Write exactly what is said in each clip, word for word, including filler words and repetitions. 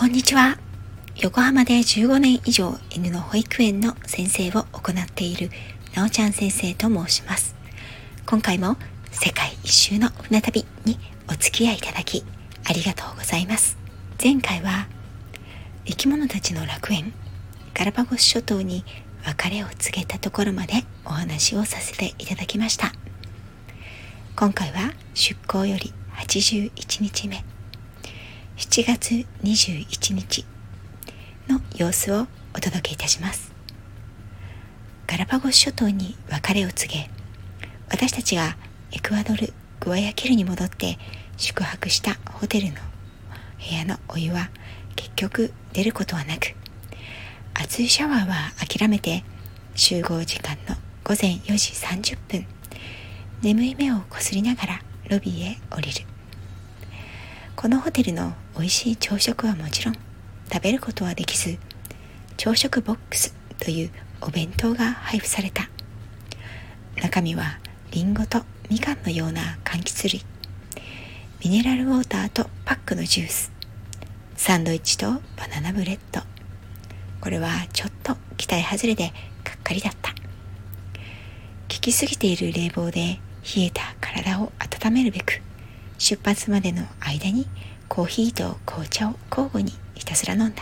んにちは。横浜でじゅうごねん以上犬の保育園の先生を行っているなおちゃん先生と申します。今回も世界一周の船旅にお付き合いいただきありがとうございます。前回は生き物たちの楽園ガラパゴス諸島に別れを告げたところまでお話をさせていただきました。今回は出港よりはちじゅういちにちめ、しちがつにじゅういちにちの様子をお届けいたします。ガラパゴス諸島に別れを告げ、私たちがエクアドルグアヤキルに戻って宿泊したホテルの部屋のお湯は結局出ることはなく、熱いシャワーは諦めて集合時間のごぜんよじさんじゅっぷん、眠い目をこすりながらロビーへ降りる。このホテルの美味しい朝食はもちろん食べることはできず、朝食ボックスというお弁当が配布された。中身はリンゴとみかんのような柑橘類、ミネラルウォーターとパックのジュース、サンドイッチとバナナブレッド。これはちょっと期待外れでがっかりだった。効きすぎている冷房で冷えた体を温めるべく、出発までの間にコーヒーと紅茶を交互にひたすら飲んだ。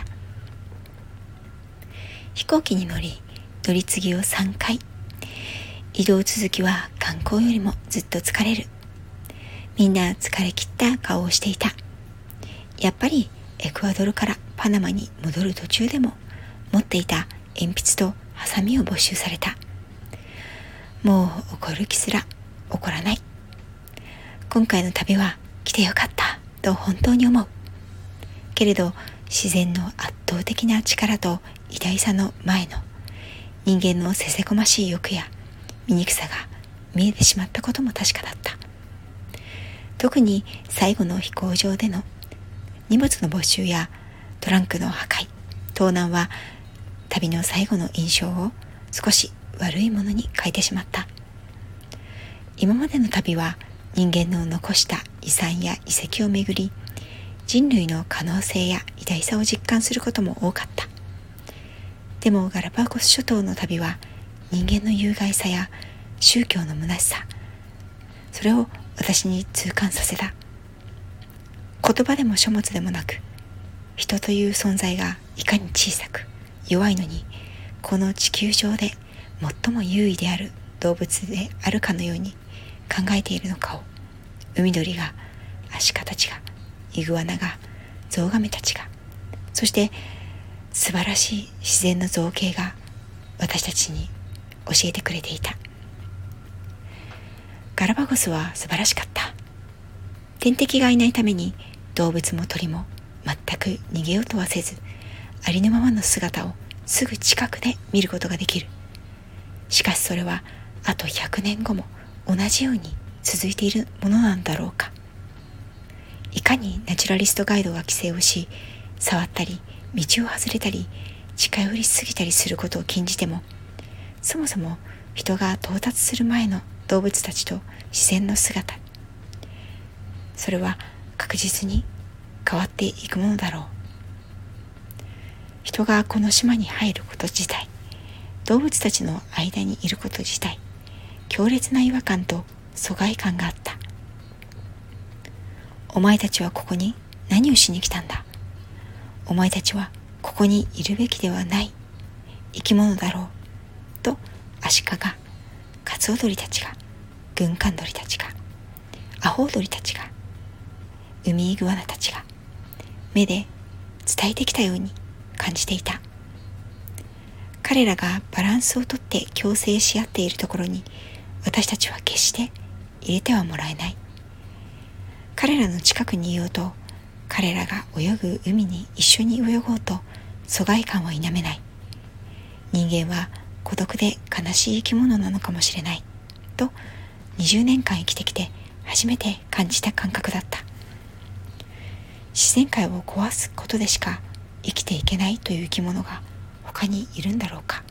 飛行機に乗り、乗り継ぎをさんかい。移動続きは観光よりもずっと疲れる。みんな疲れ切った顔をしていた。やっぱりエクアドルからパナマに戻る途中でも持っていた鉛筆とハサミを没収された。もう怒る気すら起こらない。今回の旅は来てよかったと本当に思う。けれど自然の圧倒的な力と偉大さの前の人間のせせこましい欲や醜さが見えてしまったことも確かだった。特に最後の飛行場での荷物の没収やトランクの破壊、盗難は旅の最後の印象を少し悪いものに変えてしまった。今までの旅は人間の残した遺産や遺跡をめぐり、人類の可能性や偉大さを実感することも多かった。でもガラパゴス諸島の旅は人間の有害さや宗教の虚しさ、それを私に痛感させた。言葉でも書物でもなく、人という存在がいかに小さく弱いのに、この地球上で最も優位である動物であるかのように考えているのかを、海鳥が、アシカたちが、イグアナが、ゾウガメたちが、そして素晴らしい自然の造形が私たちに教えてくれていた。ガラパゴスは素晴らしかった。天敵がいないために動物も鳥も全く逃げようとはせず、ありのままの姿をすぐ近くで見ることができる。しかしそれはあとひゃくねんごも同じように続いているものなんだろうか。いかにナチュラリストガイドが規制をし、触ったり道を外れたり近寄りすぎたりすることを禁じても、そもそも人が到達する前の動物たちと自然の姿、それは確実に変わっていくものだろう。人がこの島に入ること自体、動物たちの間にいること自体、強烈な違和感と疎外感があった。お前たちはここに何をしに来たんだ。お前たちはここにいるべきではない生き物だろうと、アシカが、カツオドリたちが、グンカンドリたちが、アホウドリたちが、ウミイグアナたちが目で伝えてきたように感じていた。彼らがバランスをとって共生し合っているところに、私たちは決して入れてはもらえない。彼らの近くにいようと、彼らが泳ぐ海に一緒に泳ごうと疎外感は否めない。人間は孤独で悲しい生き物なのかもしれないと、にじゅうねんかん生きてきて初めて感じた感覚だった。自然界を壊すことでしか生きていけないという生き物が他にいるんだろうか。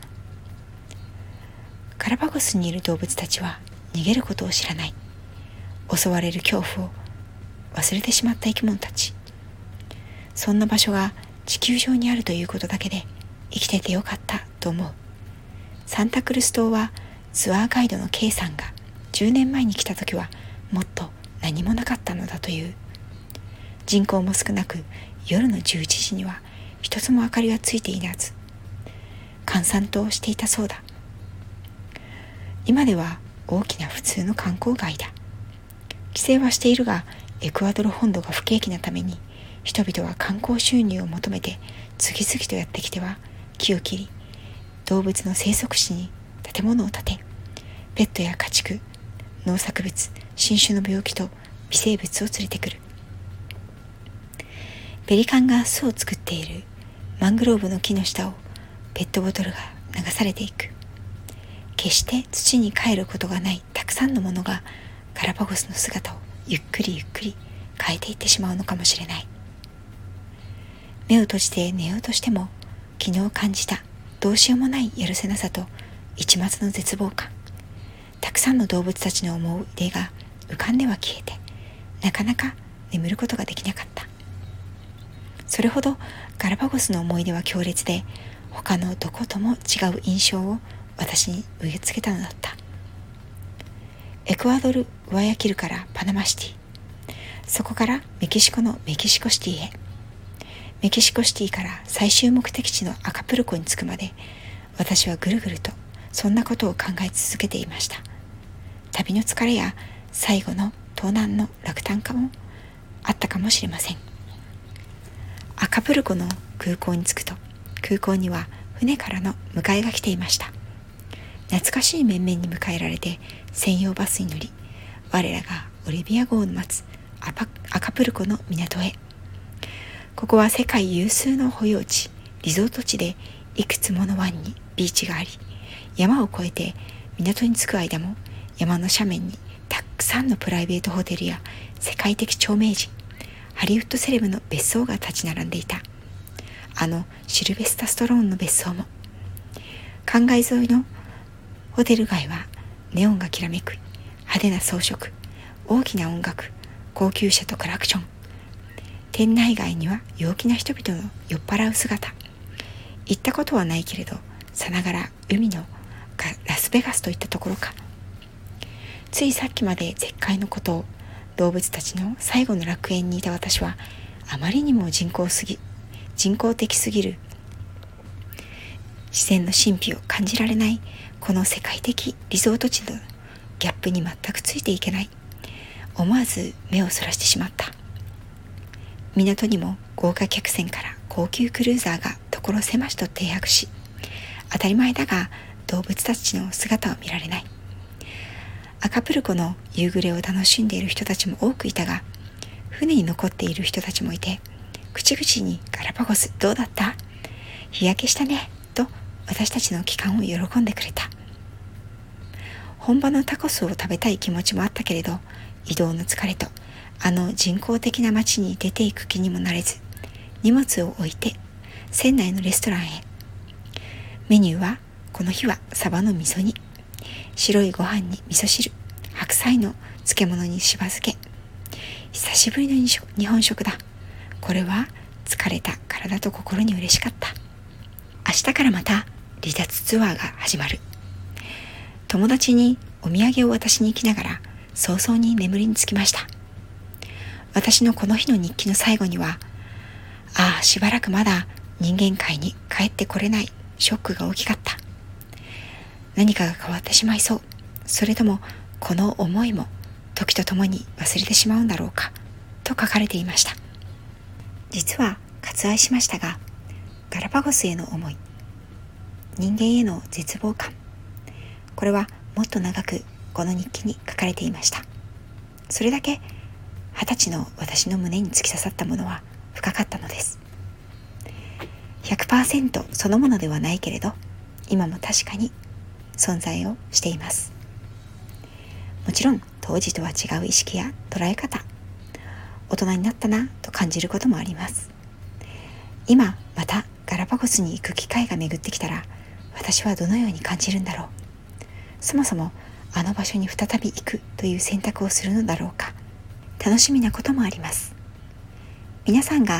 ガラパゴスにいる動物たちは逃げることを知らない。襲われる恐怖を忘れてしまった生き物たち。そんな場所が地球上にあるということだけで生きててよかったと思う。サンタクルス島はツアーガイドの K さんがじゅうねんまえに来た時はもっと何もなかったのだという。人口も少なく、夜のじゅういちじには一つも明かりはついていなず、閑散としていたそうだ。今では大きな普通の観光街だ。規制はしているが、エクアドル本土が不景気なために、人々は観光収入を求めて次々とやってきては木を切り、動物の生息地に建物を建て、ペットや家畜、農作物、新種の病気と微生物を連れてくる。ペリカンが巣を作っているマングローブの木の下をペットボトルが流されていく。決して土に帰ることがないたくさんのものがガラパゴスの姿をゆっくりゆっくり変えていってしまうのかもしれない。目を閉じて寝ようとしても、昨日感じたどうしようもないやるせなさと一抹の絶望感、たくさんの動物たちの思い出が浮かんでは消えて、なかなか眠ることができなかった。それほどガラパゴスの思い出は強烈で、他のどことも違う印象を私に植え付けたのだった。エクアドル・グアヤキルからパナマシティ、そこからメキシコのメキシコシティへ、メキシコシティから最終目的地のアカプルコに着くまで、私はぐるぐるとそんなことを考え続けていました。旅の疲れや最後の盗難の落胆かもあったかもしれません。アカプルコの空港に着くと、空港には船からの迎えが来ていました。懐かしい面々に迎えられて専用バスに乗り、我らがオリビア号の待つアパアカプルコの港へ。ここは世界有数の保養地、リゾート地で、いくつもの湾にビーチがあり、山を越えて港に着く間も山の斜面にたくさんのプライベートホテルや世界的著名人、ハリウッドセレブの別荘が立ち並んでいた。あのシルベスタ・ストローンの別荘も。灌漑沿いのホテル街はネオンがきらめく派手な装飾、大きな音楽、高級車とクラクション。店内外には陽気な人々の酔っ払う姿。行ったことはないけれど、さながら海のラスベガスといったところか。ついさっきまで絶海の孤島、動物たちの最後の楽園にいた私は、あまりにも人工すぎ人工的すぎる自然の神秘を感じられないこの世界的リゾート地のギャップに全くついていけない。思わず目をそらしてしまった。港にも豪華客船から高級クルーザーが所狭しと停泊し、当たり前だが動物たちの姿を見られない。アカプルコの夕暮れを楽しんでいる人たちも多くいたが、船に残っている人たちもいて、口々にガラパゴスどうだった？日焼けしたねと私たちの帰還を喜んでくれた。本場のタコスを食べたい気持ちもあったけれど、移動の疲れとあの人工的な街に出ていく気にもなれず、荷物を置いて船内のレストランへ。メニューはこの日はサバの味噌煮、白いご飯に味噌汁、白菜の漬物にしば漬け。久しぶりの日本食だ。これは疲れた体と心に嬉しかった。明日からまた離脱ツアーが始まる。友達にお土産を渡しに行きながら早々に眠りにつきました。私のこの日の日記の最後には、ああしばらくまだ人間界に帰ってこれない、ショックが大きかった。何かが変わってしまいそう。それともこの思いも時とともに忘れてしまうんだろうか、と書かれていました。実は割愛しましたが、ガラパゴスへの思い、人間への絶望感、これはもっと長くこの日記に書かれていました。それだけ二十歳の私の胸に突き刺さったものは深かったのです。 ひゃくパーセント そのものではないけれど、今も確かに存在をしています。もちろん当時とは違う意識や捉え方、大人になったなと感じることもあります。今またガラパゴスに行く機会が巡ってきたら、私はどのように感じるんだろう。そもそもあの場所に再び行くという選択をするのだろうか。楽しみなこともあります。皆さんが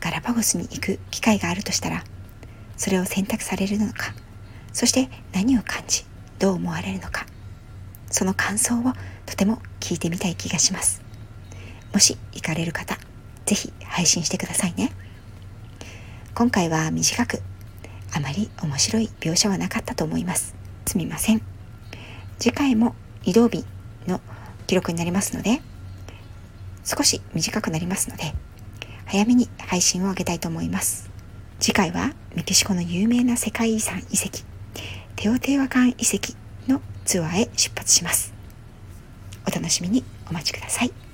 ガラパゴスに行く機会があるとしたら、それを選択されるのか、そして何を感じ、どう思われるのか、その感想をとても聞いてみたい気がします。もし行かれる方、ぜひ配信してくださいね。今回は短く、あまり面白い描写はなかったと思います。すみません。次回も移動日の記録になりますので、少し短くなりますので、早めに配信を上げたいと思います。次回はメキシコの有名な世界遺産遺跡、テオテオワカン遺跡のツアーへ出発します。お楽しみにお待ちください。